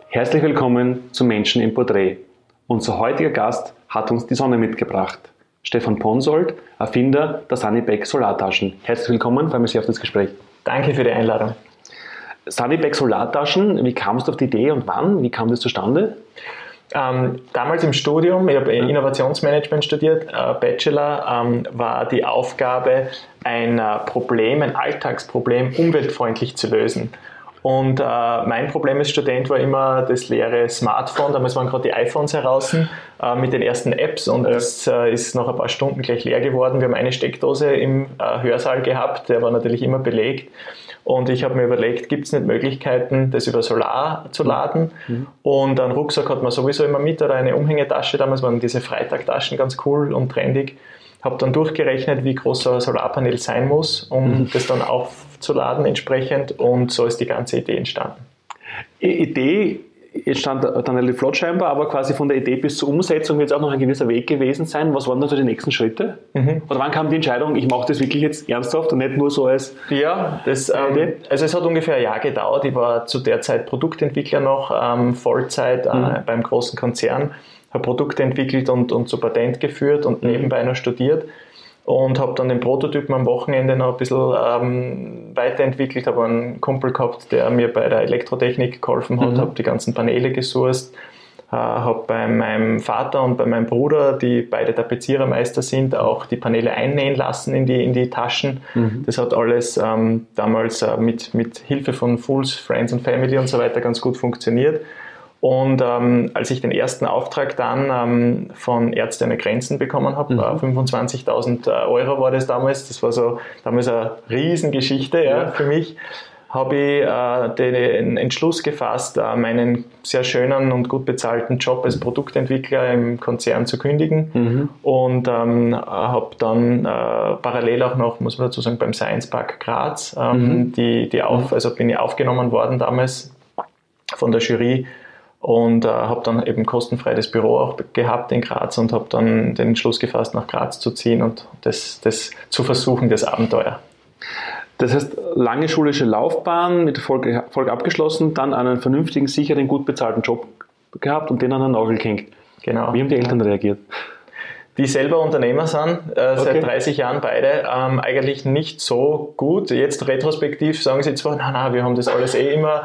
Herzlich willkommen zu Menschen im Porträt. Unser heutiger Gast hat uns die Sonne mitgebracht. Stefan Ponsold, Erfinder der Sunnyback Solartaschen. Herzlich willkommen, freue mich sehr auf das Gespräch. Danke für die Einladung. Sunnyback Solartaschen, wie kamst du auf die Idee und wann? Wie kam das zustande? Damals im Studium, ich habe Innovationsmanagement studiert, Bachelor, war die Aufgabe, ein Alltagsproblem umweltfreundlich zu lösen. Und mein Problem als Student war immer das leere Smartphone. Damals waren gerade die iPhones heraus mit den ersten Apps und das ist nach ein paar Stunden gleich leer geworden. Wir haben eine Steckdose im Hörsaal gehabt, der war natürlich immer belegt. Und ich habe mir überlegt, gibt es nicht Möglichkeiten, das über Solar zu laden? Und einen Rucksack hat man sowieso immer mit oder eine Umhängetasche. Damals waren diese Freitagtaschen ganz cool und trendig. Habe dann durchgerechnet, wie groß so ein Solarpanel sein muss, um das dann aufzuladen entsprechend. Und so ist die ganze Idee entstanden. Idee entstand dann relativ flott scheinbar, aber quasi von der Idee bis zur Umsetzung wird es auch noch ein gewisser Weg gewesen sein. Was waren da so die nächsten Schritte? Oder wann kam die Entscheidung, ich mache das wirklich jetzt ernsthaft und nicht nur so als Ja, also es hat ungefähr ein Jahr gedauert. Ich war zu der Zeit Produktentwickler noch, Vollzeit beim großen Konzern, habe Produkte entwickelt und zu Patent geführt und nebenbei noch studiert. Und habe dann den Prototypen am Wochenende noch ein bisschen weiterentwickelt. Habe einen Kumpel gehabt, der mir bei der Elektrotechnik geholfen hat, habe die ganzen Paneele gesourced, habe bei meinem Vater und bei meinem Bruder, die beide Tapezierermeister sind, auch die Paneele einnähen lassen in die Taschen. Das hat alles damals mit Hilfe von Fools, Friends and Family und so weiter ganz gut funktioniert. Und als ich den ersten Auftrag dann von Ärzte ohne Grenzen bekommen habe, 25.000 Euro war das damals war damals eine Riesengeschichte für mich, habe ich den Entschluss gefasst, meinen sehr schönen und gut bezahlten Job als Produktentwickler im Konzern zu kündigen und habe dann parallel auch noch, muss man dazu sagen, beim Science Park Graz, bin ich aufgenommen worden damals von der Jury. Und habe dann eben kostenfrei das Büro auch gehabt in Graz und habe dann den Entschluss gefasst, nach Graz zu ziehen und das zu versuchen, das Abenteuer. Das heißt, lange schulische Laufbahn mit Erfolg abgeschlossen, dann einen vernünftigen, sicheren, gut bezahlten Job gehabt und den an den Nagel gehängt. Genau. Wie haben die Eltern reagiert? Die selber Unternehmer sind, seit 30 Jahren beide, eigentlich nicht so gut. Jetzt retrospektiv sagen sie zwar, nein, wir haben das alles immer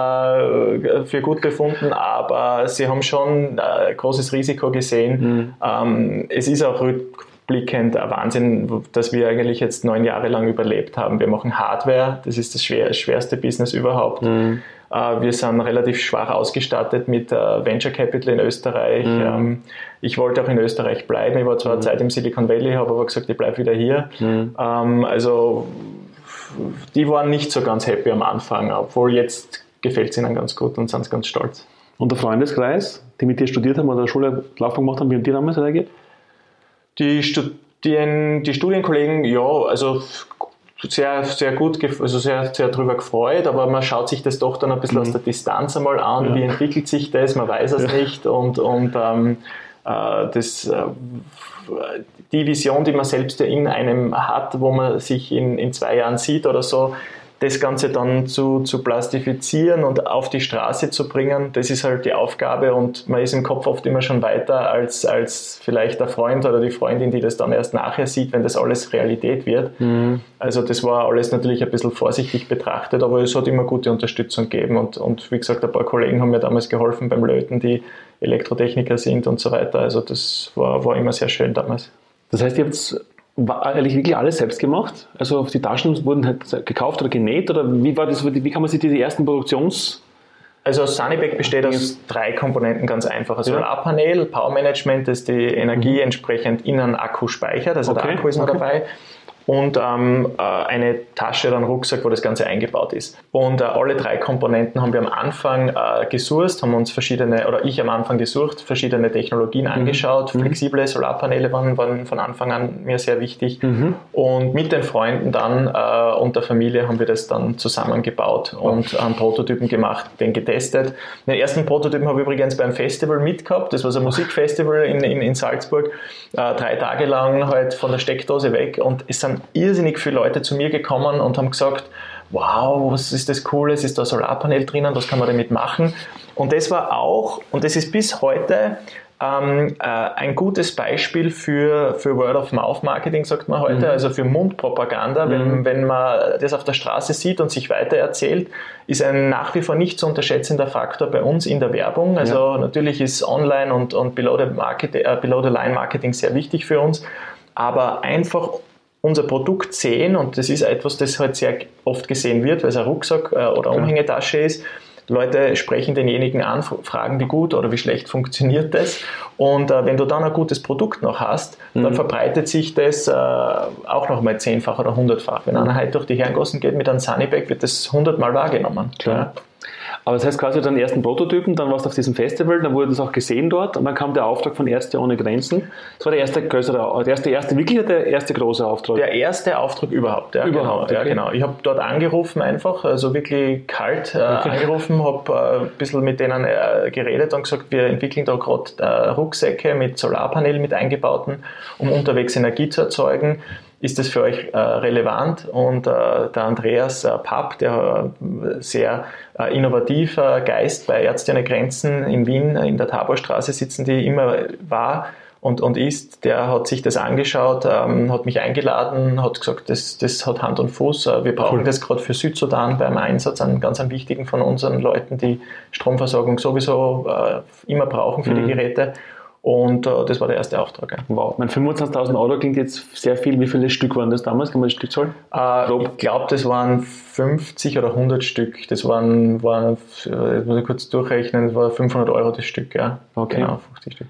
für gut befunden, aber sie haben schon ein großes Risiko gesehen. Es ist auch rückblickend ein Wahnsinn, dass wir eigentlich jetzt 9 Jahre lang überlebt haben. Wir machen Hardware, das ist das schwerste Business überhaupt. Wir sind relativ schwach ausgestattet mit Venture Capital in Österreich. Ich wollte auch in Österreich bleiben. Ich war zwar eine Zeit im Silicon Valley, habe aber gesagt, ich bleibe wieder hier. Also die waren nicht so ganz happy am Anfang, obwohl jetzt gefällt es ihnen ganz gut und sind ganz stolz. Und der Freundeskreis, die mit dir studiert haben oder Schullaufbahn gemacht haben, wie haben die damals reagiert? Die Studienkollegen, ja, also sehr, sehr gut, also sehr, sehr drüber gefreut, aber man schaut sich das doch dann ein bisschen aus der Distanz einmal an, wie entwickelt sich das, man weiß es nicht und die Vision, die man selbst in einem hat, wo man sich in 2 Jahren sieht oder so, das Ganze dann zu plastifizieren und auf die Straße zu bringen, das ist halt die Aufgabe und man ist im Kopf oft immer schon weiter als vielleicht der Freund oder die Freundin, die das dann erst nachher sieht, wenn das alles Realität wird. Also das war alles natürlich ein bisschen vorsichtig betrachtet, aber es hat immer gute Unterstützung gegeben und wie gesagt, ein paar Kollegen haben mir damals geholfen beim Löten, die Elektrotechniker sind und so weiter. Also das war immer sehr schön damals. Das heißt, ihr habt eigentlich wirklich alles selbst gemacht? Also die Taschen wurden halt gekauft oder genäht? Oder wie war das? Wie kann man sich die ersten Also Sunnyback besteht aus 3 Komponenten, ganz einfach. Also Solarpanel, Power Management, das die Energie entsprechend in einen Akku speichert, also der Akku ist noch dabei. Und eine Tasche oder ein Rucksack, wo das Ganze eingebaut ist. Und alle 3 Komponenten haben wir am Anfang gesourced, haben uns ich am Anfang gesucht, verschiedene Technologien angeschaut. Flexible Solarpaneele waren von Anfang an mir sehr wichtig. Und mit den Freunden dann und der Familie haben wir das dann zusammengebaut und Prototypen gemacht, den getestet. Den ersten Prototypen habe ich übrigens beim Festival mitgehabt. Das war so ein Musikfestival in Salzburg. 3 Tage lang halt von der Steckdose weg und es sind irrsinnig viele Leute zu mir gekommen und haben gesagt, wow, was ist das Cooles, ist da ein Solarpanel drinnen, was kann man damit machen? Und das war auch, und das ist bis heute ein gutes Beispiel für Word-of-Mouth-Marketing, sagt man heute, also für Mundpropaganda. Wenn man das auf der Straße sieht und sich weitererzählt, ist ein nach wie vor nicht zu unterschätzender Faktor bei uns in der Werbung. Also natürlich ist Online und Below-the-Line-Marketing sehr wichtig für uns, aber einfach unser Produkt sehen, und das ist etwas, das halt sehr oft gesehen wird, weil es ein Rucksack oder Umhängetasche ist. Leute sprechen denjenigen an, fragen, wie gut oder wie schlecht funktioniert das. Und wenn du dann ein gutes Produkt noch hast, dann verbreitet sich das auch noch mal 10-fach oder 100-fach. Wenn einer heute durch die Herrengassen geht mit einem Sunnybag, wird das 100-mal wahrgenommen. Klar. Ja. Aber das heißt quasi den ersten Prototypen, dann warst du auf diesem Festival, dann wurde das auch gesehen dort und dann kam der Auftrag von Ärzte ohne Grenzen. Das war der erste große Auftrag? Der erste Auftrag überhaupt, ja. Überhaupt, genau. Okay. Ja, genau. Ich habe dort angerufen einfach, also wirklich kalt angerufen, habe ein bisschen mit denen geredet und gesagt, wir entwickeln da gerade Rucksäcke mit Solarpanelen mit eingebauten, um unterwegs Energie zu erzeugen. Ist das für euch relevant? Und der Andreas Papp, der sehr innovativer Geist bei Ärzte ohne Grenzen in Wien, in der Taborstraße sitzen, die immer war und ist, der hat sich das angeschaut, hat mich eingeladen, hat gesagt, das hat Hand und Fuß, wir brauchen das gerade für Südsudan beim Einsatz, einen ganz wichtigen von unseren Leuten, die Stromversorgung sowieso immer brauchen für die Geräte. Und das war der erste Auftrag. Ja. Wow, 25.000 € klingt jetzt sehr viel. Wie viele Stück waren das damals? Kann man das Stück zahlen? Ich glaube, das waren 50 oder 100 Stück. Das waren muss ich kurz durchrechnen, das war 500 € das Stück. Ja. Okay. Genau, 50 Stück.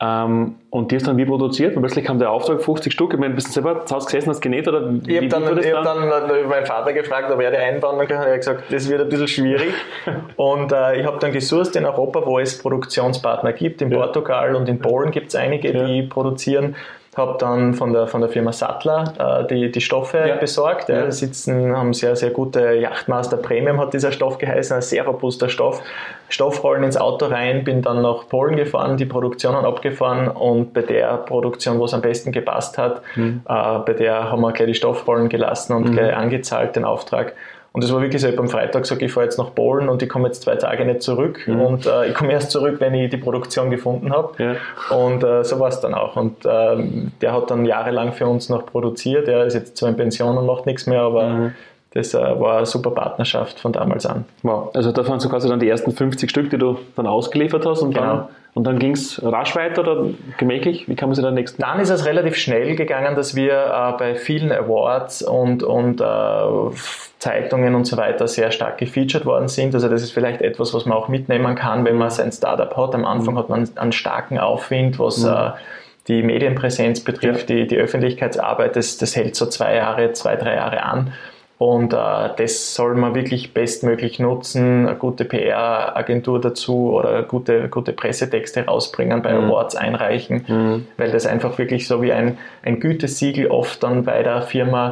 Und die hast dann wie produziert? Und plötzlich kam der Auftrag, 50 Stück. Ich meine, bist du selber zu Hause gesessen, hast genäht? Oder ich habe dann meinen Vater gefragt, ob er die einbauen kann. Er hat gesagt, das wird ein bisschen schwierig. Und ich habe dann gesucht in Europa, wo es Produktionspartner gibt. In Portugal und in Polen gibt es einige, die produzieren. Habe dann von der Firma Sattler die Stoffe besorgt. Ja. Haben sehr, sehr gute Yachtmaster Premium, hat dieser Stoff geheißen, ein sehr robuster Stoff. Stoffrollen ins Auto rein, bin dann nach Polen gefahren, die Produktionen abgefahren und bei der Produktion, wo es am besten gepasst hat, bei der haben wir gleich die Stoffrollen gelassen und gleich angezahlt den Auftrag. Und das war wirklich so, ich habe am Freitag gesagt, ich fahre jetzt nach Polen und ich komme jetzt 2 Tage nicht zurück. Und ich komme erst zurück, wenn ich die Produktion gefunden habe. Ja. Und so war es dann auch. Und der hat dann jahrelang für uns noch produziert. Er ist jetzt zwar in Pension und macht nichts mehr, aber das war eine super Partnerschaft von damals an. Wow, also da waren so quasi dann die ersten 50 Stück, die du dann ausgeliefert hast und dann ging es rasch weiter oder gemächlich? Wie kann man sich dann nächsten? Dann ist es relativ schnell gegangen, dass wir bei vielen Awards und Zeitungen und so weiter sehr stark gefeatured worden sind. Also das ist vielleicht etwas, was man auch mitnehmen kann, wenn man sein Startup hat. Am Anfang hat man einen starken Aufwind, was die Medienpräsenz betrifft, die Öffentlichkeitsarbeit. Das hält so 2, 3 Jahre an. Und das soll man wirklich bestmöglich nutzen, eine gute PR-Agentur dazu oder gute Pressetexte rausbringen, bei Awards einreichen, weil das einfach wirklich so wie ein Gütesiegel oft dann bei der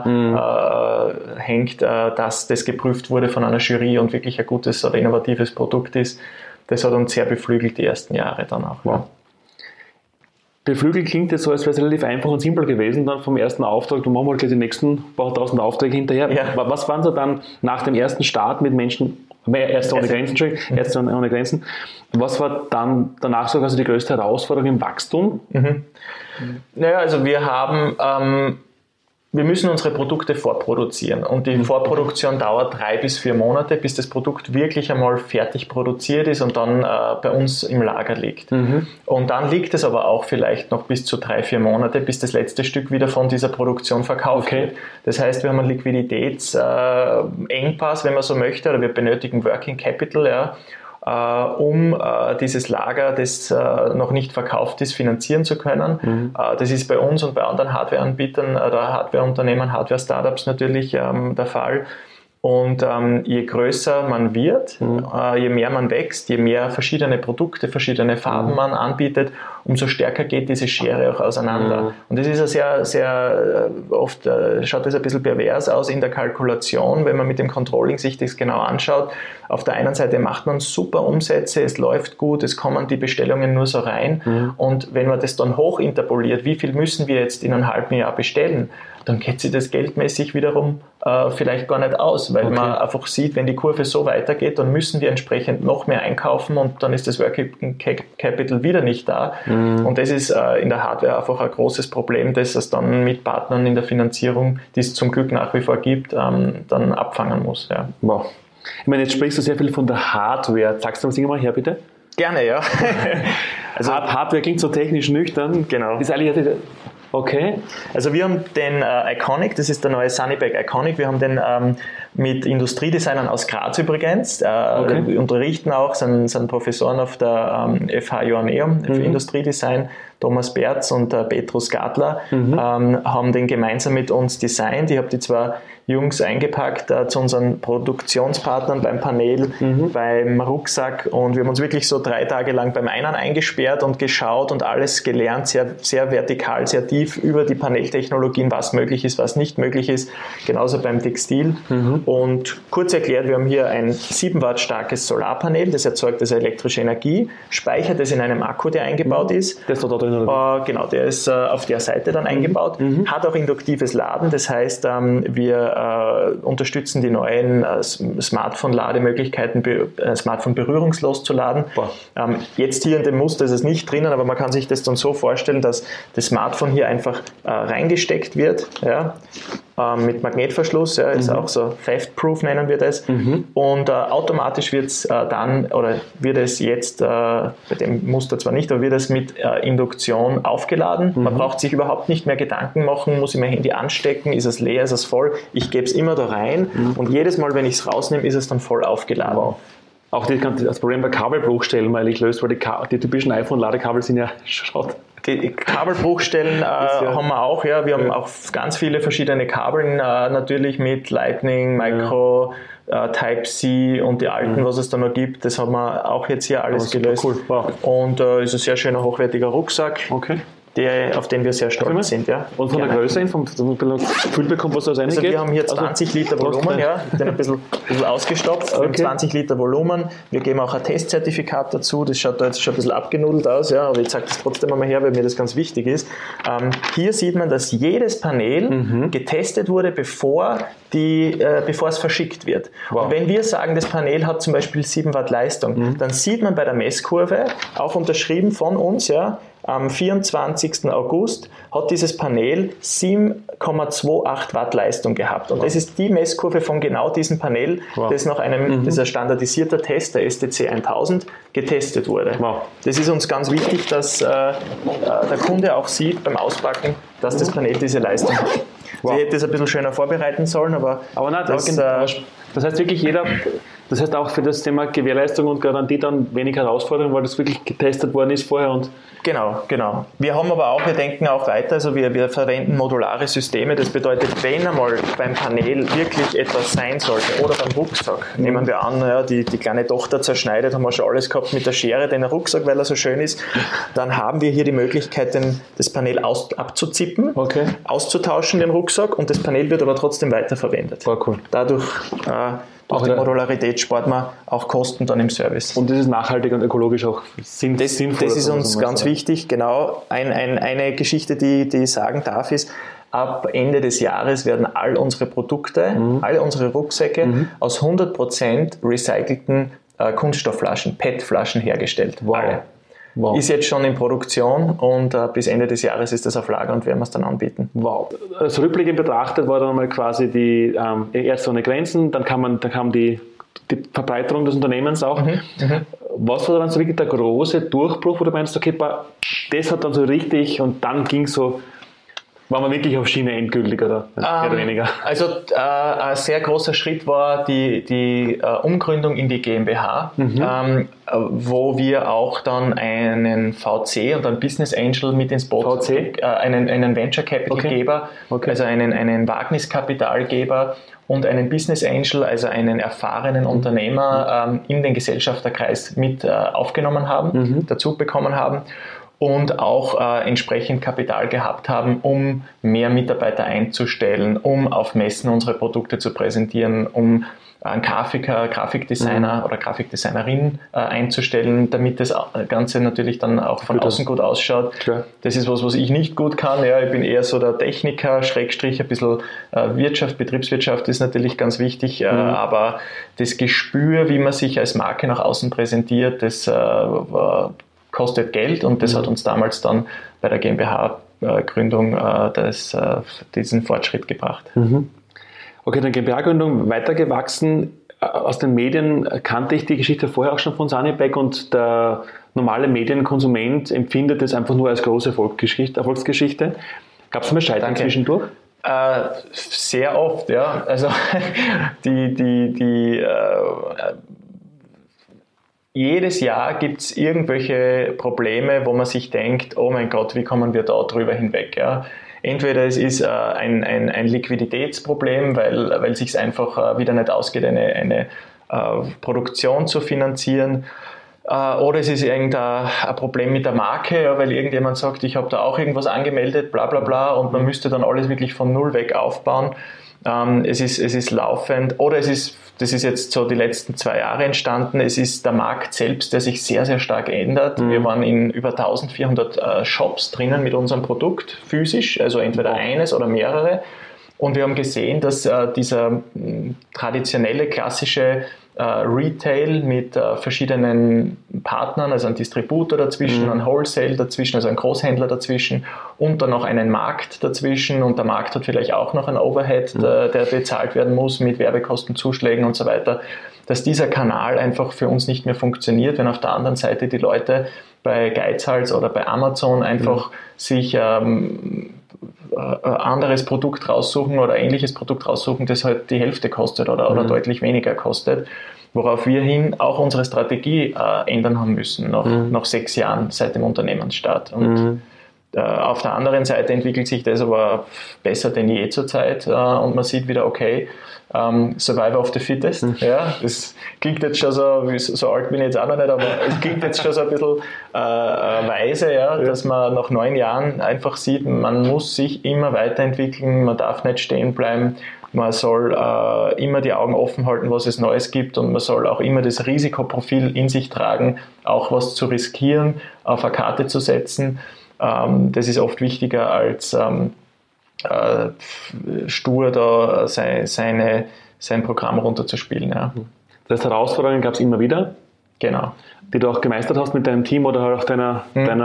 Firma hängt, dass das geprüft wurde von einer Jury und wirklich ein gutes oder innovatives Produkt ist. Das hat uns sehr beflügelt die ersten Jahre dann auch. Wow. Beflügelt klingt jetzt so, als wäre es relativ einfach und simpel gewesen, dann vom ersten Auftrag, du machst mal gleich die nächsten paar 1000 Aufträge hinterher. Ja. Was waren so dann nach dem ersten Start mit Menschen, Ärzte ohne Grenzen, was war dann danach so also die größte Herausforderung im Wachstum? Naja, also wir müssen unsere Produkte vorproduzieren und die Vorproduktion dauert 3 bis 4 Monate, bis das Produkt wirklich einmal fertig produziert ist und dann bei uns im Lager liegt. Und dann liegt es aber auch vielleicht noch bis zu 3, 4 Monate, bis das letzte Stück wieder von dieser Produktion verkauft wird. Das heißt, wir haben einen Liquiditätsengpass, wenn man so möchte, oder wir benötigen Working Capital, um dieses Lager, das noch nicht verkauft ist, finanzieren zu können. Das ist bei uns und bei anderen Hardwareanbietern oder Hardwareunternehmen, Hardware-Startups natürlich der Fall. Und je größer man wird, je mehr man wächst, je mehr verschiedene Produkte, verschiedene Farben man anbietet, umso stärker geht diese Schere auch auseinander. Und das ist ja sehr, sehr oft, schaut das ein bisschen pervers aus in der Kalkulation, wenn man mit dem Controlling sich das genau anschaut. Auf der einen Seite macht man super Umsätze, es läuft gut, es kommen die Bestellungen nur so rein. Und wenn man das dann hochinterpoliert, wie viel müssen wir jetzt in einem halben Jahr bestellen, dann geht sich das geldmäßig wiederum vielleicht gar nicht aus, weil man einfach sieht, wenn die Kurve so weitergeht, dann müssen wir entsprechend noch mehr einkaufen und dann ist das Working Capital wieder nicht da. Und das ist in der Hardware einfach ein großes Problem, dass es dann mit Partnern in der Finanzierung, die es zum Glück nach wie vor gibt, dann abfangen muss. Ja. Wow. Ich meine, jetzt sprichst du sehr viel von der Hardware. Sagst du uns mal her, bitte? Gerne, ja. Also Hardware klingt so technisch nüchtern. Genau. Ist eigentlich okay. Also wir haben den Iconic, das ist der neue Sunnyback Iconic. Wir haben den mit Industriedesignern aus Graz übrigens. Wir unterrichten auch, sind Professoren auf der FH Joanneum für Industriedesign. Thomas Berz und Petrus Gadler haben den gemeinsam mit uns designt. Ich habe die zwei Jungs eingepackt zu unseren Produktionspartnern beim Panel, beim Rucksack, und wir haben uns wirklich so 3 Tage lang beim einen eingesperrt und geschaut und alles gelernt, sehr, sehr vertikal, sehr tief über die Paneltechnologien, was möglich ist, was nicht möglich ist, genauso beim Textil. Und kurz erklärt, wir haben hier ein 7 Watt starkes Solarpanel, das erzeugt also elektrische Energie, speichert es in einem Akku, der eingebaut ist. Das ist da drin, oder? Genau, der ist auf der Seite dann eingebaut, hat auch induktives Laden, das heißt, wir unterstützen die neuen Smartphone-Lademöglichkeiten, Smartphone berührungslos zu laden. Jetzt hier in dem Muster ist es nicht drinnen, aber man kann sich das dann so vorstellen, dass das Smartphone hier einfach reingesteckt wird, ja, mit Magnetverschluss, ja, ist auch so theft-proof, nennen wir das, und automatisch wird es jetzt, bei dem Muster zwar nicht, aber wird es mit Induktion aufgeladen. Man braucht sich überhaupt nicht mehr Gedanken machen, muss ich mein Handy anstecken, ist es leer, ist es voll, ich gebe es immer da rein und jedes Mal, wenn ich es rausnehme, ist es dann voll aufgeladen. Wow. Auch das Problem bei Kabelbruchstellen mal gelöst, weil die typischen iPhone-Ladekabel sind ja Schrott. Die Kabelbruchstellen haben wir auch, ja. Wir haben auch ganz viele verschiedene Kabeln, natürlich mit Lightning, Micro, Type-C und die alten, was es da noch gibt. Das haben wir auch jetzt hier alles gelöst. Cool. Wow. Und ist ein sehr schöner, hochwertiger Rucksack. Auf den wir sehr stolz sind. Ja. Und von der Größe, vom Gefühl bekommt, was da reingeht? Also wir haben hier 20 Liter Volumen, ja, den ein bisschen ausgestopft, 20 Liter Volumen. Wir geben auch ein Testzertifikat dazu, das schaut da jetzt schon ein bisschen abgenudelt aus, ja, aber ich zeige das trotzdem einmal her, weil mir das ganz wichtig ist. Hier sieht man, dass jedes Panel getestet wurde, bevor es verschickt wird. Wow. Und wenn wir sagen, das Panel hat zum Beispiel 7 Watt Leistung, dann sieht man bei der Messkurve, auch unterschrieben von uns, ja, am 24. August hat dieses Panel 7,28 Watt Leistung gehabt. Und das ist die Messkurve von genau diesem Panel, das nach einem dieser standardisierter Test, der STC 1000, getestet wurde. Wow. Das ist uns ganz wichtig, dass der Kunde auch sieht beim Auspacken, dass das Panel diese Leistung hat. Wow. Ich hätte das ein bisschen schöner vorbereiten sollen, aber nein, das heißt wirklich das heißt auch für das Thema Gewährleistung und Garantie dann wenig Herausforderung, weil das wirklich getestet worden ist vorher. Und Genau. Wir haben aber auch, wir denken auch weiter, also wir verwenden modulare Systeme. Das bedeutet, wenn einmal beim Panel wirklich etwas sein sollte oder beim Rucksack, nehmen wir an, ja, die kleine Tochter zerschneidet, haben wir schon alles gehabt mit der Schere, den Rucksack, weil er so schön ist, dann haben wir hier die Möglichkeit, das Panel abzuzippen, auszutauschen, den Rucksack, und das Panel wird aber trotzdem weiterverwendet. Cool. Dadurch durch die Modularität spart man auch Kosten dann im Service. Und das ist nachhaltig und ökologisch auch sinnvoll. Das ist uns ganz wichtig, genau. Eine Geschichte, die ich sagen darf, ist, ab Ende des Jahres werden all unsere Produkte, alle unsere Rucksäcke aus 100% recycelten Kunststoffflaschen, PET-Flaschen hergestellt. Wow. Alle. Wow. Ist jetzt schon in Produktion und bis Ende des Jahres ist das auf Lager und werden wir es dann anbieten. Wow. Also rückblickend betrachtet war dann mal quasi die erst ohne Grenzen, dann kam die Verbreiterung des Unternehmens auch. Was war dann so wirklich der große Durchbruch, wo du meinst, okay, das hat dann so richtig, und dann ging so, war man wirklich auf Schiene endgültig, oder mehr oder weniger? Also ein sehr großer Schritt war die Umgründung in die GmbH, wo wir auch dann einen VC und einen Business Angel mit ins Boot, einen Venture Capital Geber, also einen Wagniskapitalgeber und einen Business Angel, also einen erfahrenen Unternehmer in den Gesellschafterkreis mit aufgenommen haben, dazu bekommen haben. Und auch entsprechend Kapital gehabt haben, um mehr Mitarbeiter einzustellen, um auf Messen unsere Produkte zu präsentieren, um einen Grafiker, Grafikdesigner oder Grafikdesignerin einzustellen, damit das Ganze natürlich dann auch von außen gut ausschaut. Klar. Das ist was ich nicht gut kann. Ja, ich bin eher so der Techniker, Schrägstrich, ein bisschen Wirtschaft, Betriebswirtschaft ist natürlich ganz wichtig, aber das Gespür, wie man sich als Marke nach außen präsentiert, das kostet Geld und das hat uns damals dann bei der GmbH-Gründung diesen Fortschritt gebracht. Okay, dann GmbH-Gründung weitergewachsen. Aus den Medien kannte ich die Geschichte vorher auch schon von Sunnyback und der normale Medienkonsument empfindet es einfach nur als große Erfolgsgeschichte. Gab es mal Scheitern zwischendurch? Sehr oft, ja. Also jedes Jahr gibt es irgendwelche Probleme, wo man sich denkt, oh mein Gott, wie kommen wir da drüber hinweg? Ja? Entweder es ist ein Liquiditätsproblem, weil es sich einfach wieder nicht ausgeht, eine Produktion zu finanzieren. Oder es ist irgendein Problem mit der Marke, ja, weil irgendjemand sagt, ich habe da auch irgendwas angemeldet, bla bla bla, und man müsste dann alles wirklich von null weg aufbauen. Es ist laufend, oder das ist jetzt so die letzten 2 Jahre entstanden, es ist der Markt selbst, der sich sehr, sehr stark ändert. Wir waren in über 1400 Shops drinnen mit unserem Produkt, physisch, also entweder eines oder mehrere. Und wir haben gesehen, dass dieser traditionelle, klassische Retail mit verschiedenen Partnern, also ein Distributor dazwischen, ein Wholesale dazwischen, also ein Großhändler dazwischen und dann noch einen Markt dazwischen, und der Markt hat vielleicht auch noch einen Overhead, der bezahlt werden muss mit Werbekostenzuschlägen und so weiter, dass dieser Kanal einfach für uns nicht mehr funktioniert, wenn auf der anderen Seite die Leute bei Geizhals oder bei Amazon einfach sich anderes Produkt raussuchen oder ähnliches Produkt raussuchen, das halt die Hälfte kostet oder deutlich weniger kostet, worauf wir hin auch unsere Strategie ändern haben müssen, nach 6 Jahren seit dem Unternehmensstart. Und auf der anderen Seite entwickelt sich das aber besser denn je zurzeit, und man sieht wieder, okay, Survivor of the Fittest. Ja, das klingt jetzt schon so alt bin ich jetzt auch noch nicht, aber es klingt jetzt schon so ein bisschen weise, ja, dass man nach 9 Jahren einfach sieht, man muss sich immer weiterentwickeln, man darf nicht stehen bleiben, man soll immer die Augen offen halten, was es Neues gibt, und man soll auch immer das Risikoprofil in sich tragen, auch was zu riskieren, auf eine Karte zu setzen. Das ist oft wichtiger als stur da sein Programm runterzuspielen. Ja. Das heißt, Herausforderungen gab es immer wieder? Genau. Die du auch gemeistert hast mit deinem Team oder auch deiner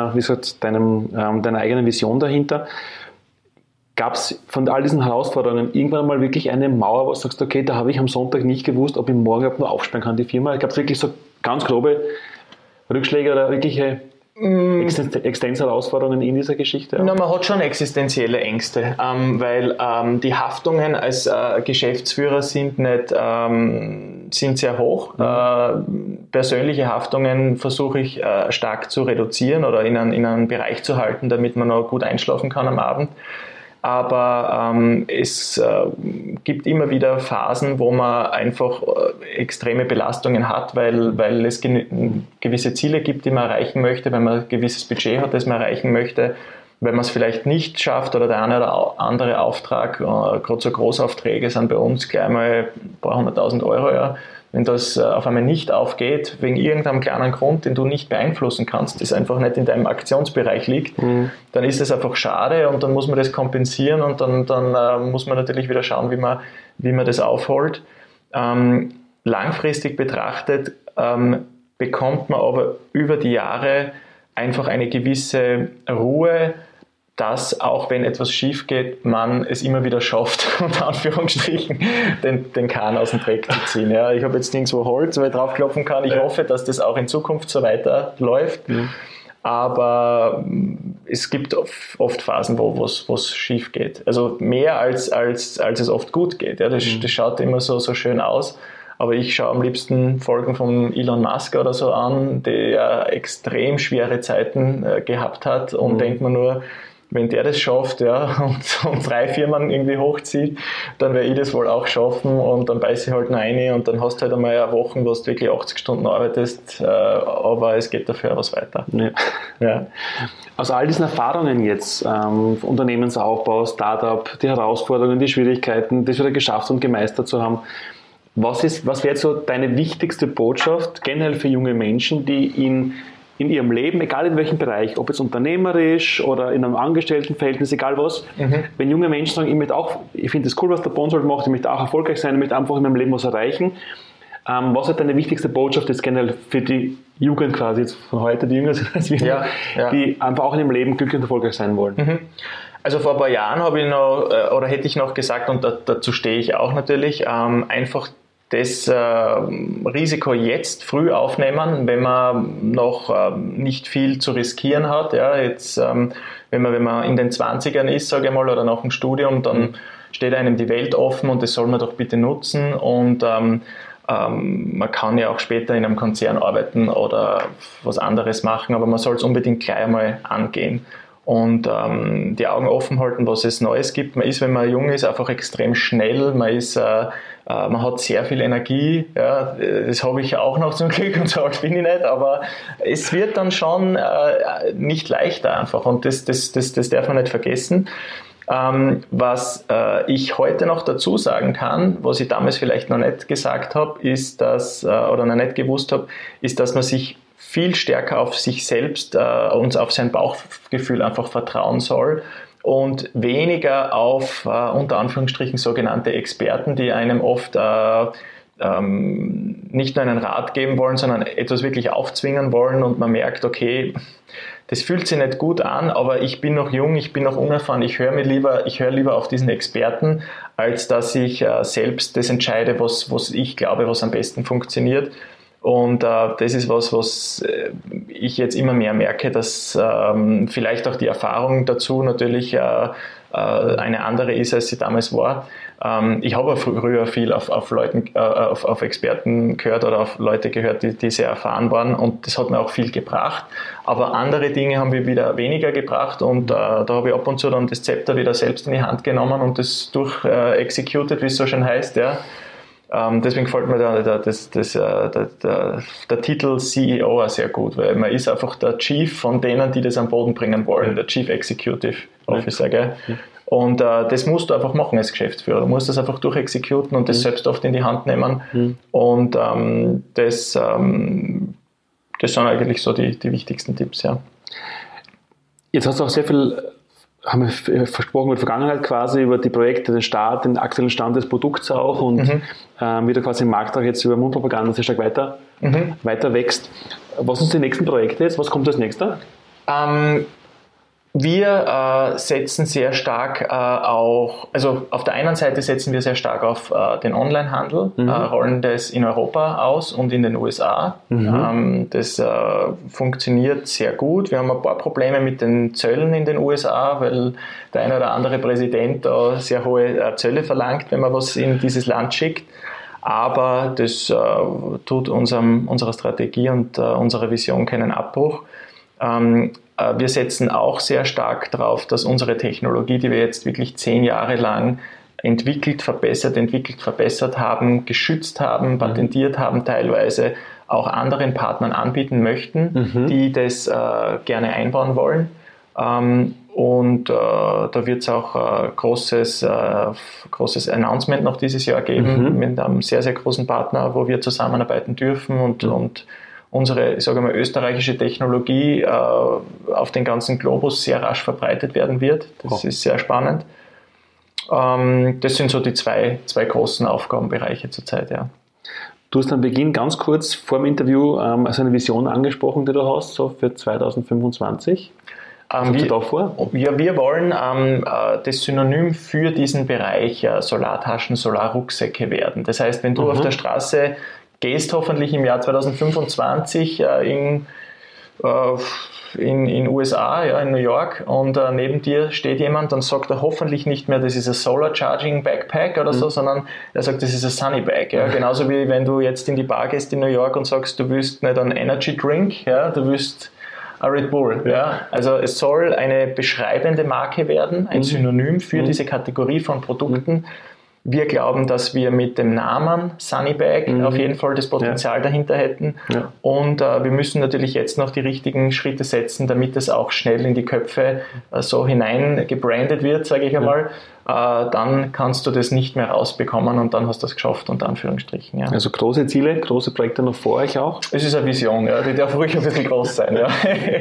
eigenen Vision dahinter. Gab es von all diesen Herausforderungen irgendwann mal wirklich eine Mauer, wo du sagst, okay, da habe ich am Sonntag nicht gewusst, ob ich morgen überhaupt nur aufsperren kann, die Firma? Gab es wirklich so ganz grobe Rückschläge oder wirkliche Existenzherausforderungen in dieser Geschichte? Na, man hat schon existenzielle Ängste, weil die Haftungen als Geschäftsführer sind sehr hoch. Persönliche Haftungen versuche ich stark zu reduzieren oder in einen Bereich zu halten, damit man noch gut einschlafen kann am Abend. Aber es gibt immer wieder Phasen, wo man einfach extreme Belastungen hat, weil es gewisse Ziele gibt, die man erreichen möchte, weil man ein gewisses Budget hat, das man erreichen möchte. Wenn man es vielleicht nicht schafft oder der eine oder andere Auftrag, gerade so Großaufträge sind bei uns gleich mal ein paar 100.000 Euro, ja. Wenn das auf einmal nicht aufgeht, wegen irgendeinem kleinen Grund, den du nicht beeinflussen kannst, das einfach nicht in deinem Aktionsbereich liegt, dann ist das einfach schade und dann muss man das kompensieren und dann muss man natürlich wieder schauen, wie man das aufholt. Langfristig betrachtet bekommt man aber über die Jahre einfach eine gewisse Ruhe, dass auch wenn etwas schief geht, man es immer wieder schafft, unter Anführungsstrichen, den Kahn aus dem Dreck zu ziehen. Ja, ich habe jetzt nirgendwo Holz, weil ich draufklopfen kann. Ich hoffe, dass das auch in Zukunft so weiterläuft. Aber es gibt oft Phasen, wo es schief geht. Also mehr als es oft gut geht. Ja, das schaut immer so schön aus. Aber ich schaue am liebsten Folgen von Elon Musk oder so an, der extrem schwere Zeiten gehabt hat und denkt man nur, wenn der das schafft, ja, und 3 Firmen irgendwie hochzieht, dann werde ich das wohl auch schaffen und dann beiße ich halt noch eine und dann hast du halt einmal eine Woche, wo du wirklich 80 Stunden arbeitest, aber es geht dafür was weiter. Ja. Ja. Aus all diesen Erfahrungen jetzt, Unternehmensaufbau, Startup, die Herausforderungen, die Schwierigkeiten, das wieder geschafft und gemeistert zu haben, Was wäre jetzt so deine wichtigste Botschaft generell für junge Menschen, die in ihrem Leben, egal in welchem Bereich, ob jetzt unternehmerisch oder in einem Angestelltenverhältnis, egal was, wenn junge Menschen sagen, ich finde das cool, was der Bonsold macht, ich möchte auch erfolgreich sein, ich möchte einfach in meinem Leben was erreichen. Was ist deine wichtigste Botschaft jetzt generell für die Jugend quasi jetzt von heute, die jünger sind als wir, die einfach auch in ihrem Leben glücklich und erfolgreich sein wollen? Also vor ein paar Jahren hätte ich noch gesagt, und dazu stehe ich auch natürlich, einfach das Risiko jetzt früh aufnehmen, wenn man noch nicht viel zu riskieren hat. Ja, jetzt, wenn man in den 20ern ist, sage ich mal, oder nach dem Studium, dann steht einem die Welt offen und das soll man doch bitte nutzen. Und man kann ja auch später in einem Konzern arbeiten oder was anderes machen, aber man soll es unbedingt gleich einmal angehen. Und die Augen offen halten, was es Neues gibt. Man ist, wenn man jung ist, einfach extrem schnell. Man hat sehr viel Energie. Ja, das habe ich auch noch zum Glück und so alt bin ich nicht. Aber es wird dann schon nicht leichter einfach. Und das darf man nicht vergessen. Was ich heute noch dazu sagen kann, was ich damals vielleicht noch nicht gesagt habe, ist, oder noch nicht gewusst habe, ist, dass man sich viel stärker auf sich selbst und auf sein Bauchgefühl einfach vertrauen soll und weniger auf unter Anführungsstrichen sogenannte Experten, die einem oft nicht nur einen Rat geben wollen, sondern etwas wirklich aufzwingen wollen und man merkt, okay, das fühlt sich nicht gut an, aber ich bin noch jung, ich bin noch unerfahren, ich höre lieber auf diesen Experten, als dass ich selbst das entscheide, was ich glaube, was am besten funktioniert. Und das ist was ich jetzt immer mehr merke, dass vielleicht auch die Erfahrung dazu natürlich eine andere ist, als sie damals war. Ich habe früher viel auf Experten gehört oder auf Leute gehört, die sehr erfahren waren, und das hat mir auch viel gebracht. Aber andere Dinge haben mir wieder weniger gebracht, und da habe ich ab und zu dann das Zepter wieder selbst in die Hand genommen und das executed, wie es so schön heißt, ja. Deswegen gefällt mir der Titel CEO auch sehr gut, weil man ist einfach der Chief von denen, die das am Boden bringen wollen, der Chief Executive Officer, gell? Und das musst du einfach machen als Geschäftsführer. Du musst das einfach durchexekuten und das selbst oft in die Hand nehmen. Und das sind eigentlich so die wichtigsten Tipps, ja. Jetzt hast du auch sehr viel, haben wir versprochen, mit Vergangenheit quasi über die Projekte, den Start, den aktuellen Stand des Produkts auch und wie du quasi im Markt auch jetzt über Mundpropaganda sehr stark weiter wächst. Was sind die nächsten Projekte jetzt? Was kommt als nächster? Wir setzen sehr stark also auf der einen Seite setzen wir sehr stark auf den Onlinehandel, rollen das in Europa aus und in den USA. Das funktioniert sehr gut. Wir haben ein paar Probleme mit den Zöllen in den USA, weil der eine oder andere Präsident da sehr hohe Zölle verlangt, wenn man was in dieses Land schickt. Aber das tut unserer Strategie und unserer Vision keinen Abbruch. Wir setzen auch sehr stark darauf, dass unsere Technologie, die wir jetzt wirklich 10 Jahre lang entwickelt, verbessert haben, geschützt haben, patentiert haben teilweise, auch anderen Partnern anbieten möchten, die das gerne einbauen wollen. Und da wird es auch großes Announcement noch dieses Jahr geben mit einem sehr, sehr großen Partner, wo wir zusammenarbeiten dürfen und unsere, sage ich mal, österreichische Technologie auf den ganzen Globus sehr rasch verbreitet werden wird. Das ist sehr spannend. Das sind so die zwei großen Aufgabenbereiche zurzeit, ja. Du hast am Beginn ganz kurz vor dem Interview also eine Vision angesprochen, die du hast, so für 2025. Was hast du da vor? Ja, wir wollen das Synonym für diesen Bereich Solartaschen, Solarrucksäcke werden. Das heißt, wenn du auf der Straße gehst, hoffentlich im Jahr 2025 in USA, ja, in New York, und neben dir steht jemand, dann sagt er hoffentlich nicht mehr, das ist ein Solar Charging Backpack oder so, sondern er sagt, das ist ein Sunny Bag. Ja. Genauso wie wenn du jetzt in die Bar gehst in New York und sagst, du willst nicht einen Energy Drink, ja, du willst ein Red Bull. Ja. Also es soll eine beschreibende Marke werden, ein Synonym für diese Kategorie von Produkten, Wir glauben, dass wir mit dem Namen Sunnybag auf jeden Fall das Potenzial dahinter hätten. Ja. Und wir müssen natürlich jetzt noch die richtigen Schritte setzen, damit es auch schnell in die Köpfe so hinein gebrandet wird, sage ich einmal. Dann kannst du das nicht mehr rausbekommen und dann hast du das geschafft, unter Anführungsstrichen. Ja. Also große Ziele, große Projekte noch vor euch auch? Es ist eine Vision, ja. Die darf ruhig ein bisschen groß sein. Ja.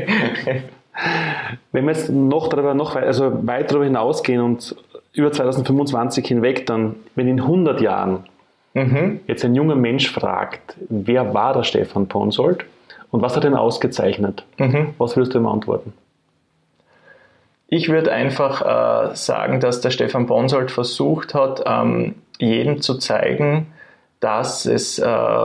Wenn wir jetzt weit darüber hinausgehen und über 2025 hinweg, dann, wenn in 100 Jahren jetzt ein junger Mensch fragt, wer war der Stefan Ponsold und was hat ihn ausgezeichnet, was würdest du ihm antworten? Ich würde einfach sagen, dass der Stefan Ponsold versucht hat, jedem zu zeigen, dass es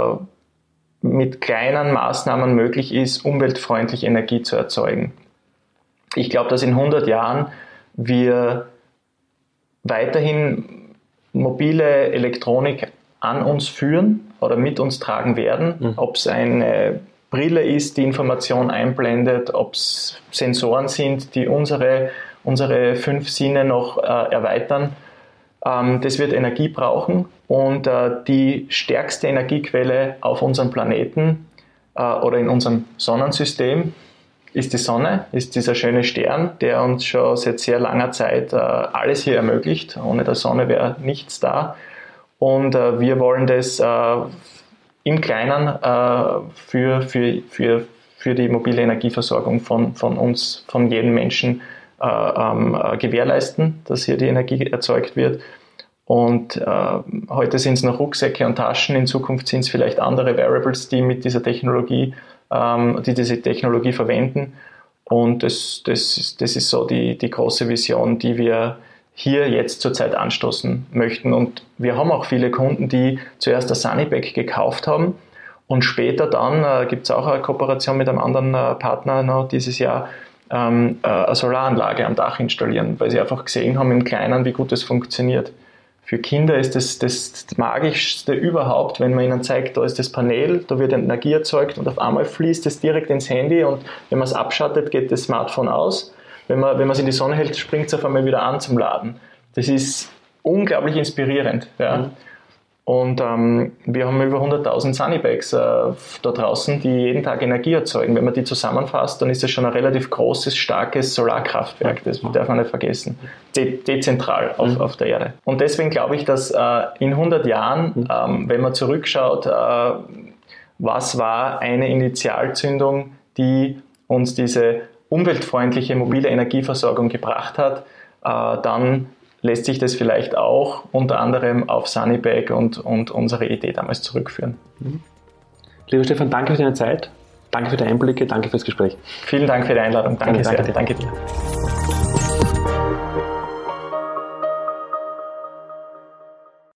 mit kleinen Maßnahmen möglich ist, umweltfreundlich Energie zu erzeugen. Ich glaube, dass in 100 Jahren wir weiterhin mobile Elektronik an uns führen oder mit uns tragen werden, ob es eine Brille ist, die Information einblendet, ob es Sensoren sind, die unsere 5 Sinne noch erweitern. Das wird Energie brauchen und die stärkste Energiequelle auf unserem Planeten oder in unserem Sonnensystem ist die Sonne, ist dieser schöne Stern, der uns schon seit sehr langer Zeit alles hier ermöglicht. Ohne der Sonne wäre nichts da. Und wir wollen das im Kleinen für die mobile Energieversorgung von uns, von jedem Menschen gewährleisten, dass hier die Energie erzeugt wird. Und heute sind es noch Rucksäcke und Taschen, in Zukunft sind es vielleicht andere Wearables, die mit dieser Technologie diese Technologie verwenden. Und das ist so die große Vision, die wir hier jetzt zurzeit anstoßen möchten. Und wir haben auch viele Kunden, die zuerst das Sunnybag gekauft haben und später dann, gibt es auch eine Kooperation mit einem anderen Partner noch dieses Jahr, eine Solaranlage am Dach installieren, weil sie einfach gesehen haben im Kleinen, wie gut das funktioniert. Für Kinder ist das Magischste überhaupt, wenn man ihnen zeigt, da ist das Panel, da wird Energie erzeugt und auf einmal fließt es direkt ins Handy und wenn man es abschattet, geht das Smartphone aus. Wenn man es in die Sonne hält, springt es auf einmal wieder an zum Laden. Das ist unglaublich inspirierend. Ja. Und wir haben über 100.000 Sunnybags da draußen, die jeden Tag Energie erzeugen. Wenn man die zusammenfasst, dann ist das schon ein relativ großes, starkes Solarkraftwerk. Das darf man nicht vergessen. Dezentral auf der Erde. Und deswegen glaube ich, dass in 100 Jahren, wenn man zurückschaut, was war eine Initialzündung, die uns diese umweltfreundliche mobile Energieversorgung gebracht hat, dann lässt sich das vielleicht auch unter anderem auf Sunnybag und unsere Idee damals zurückführen. Lieber Stefan, danke für deine Zeit, danke für die Einblicke, danke fürs Gespräch. Vielen Dank für die Einladung, danke sehr. Danke dir.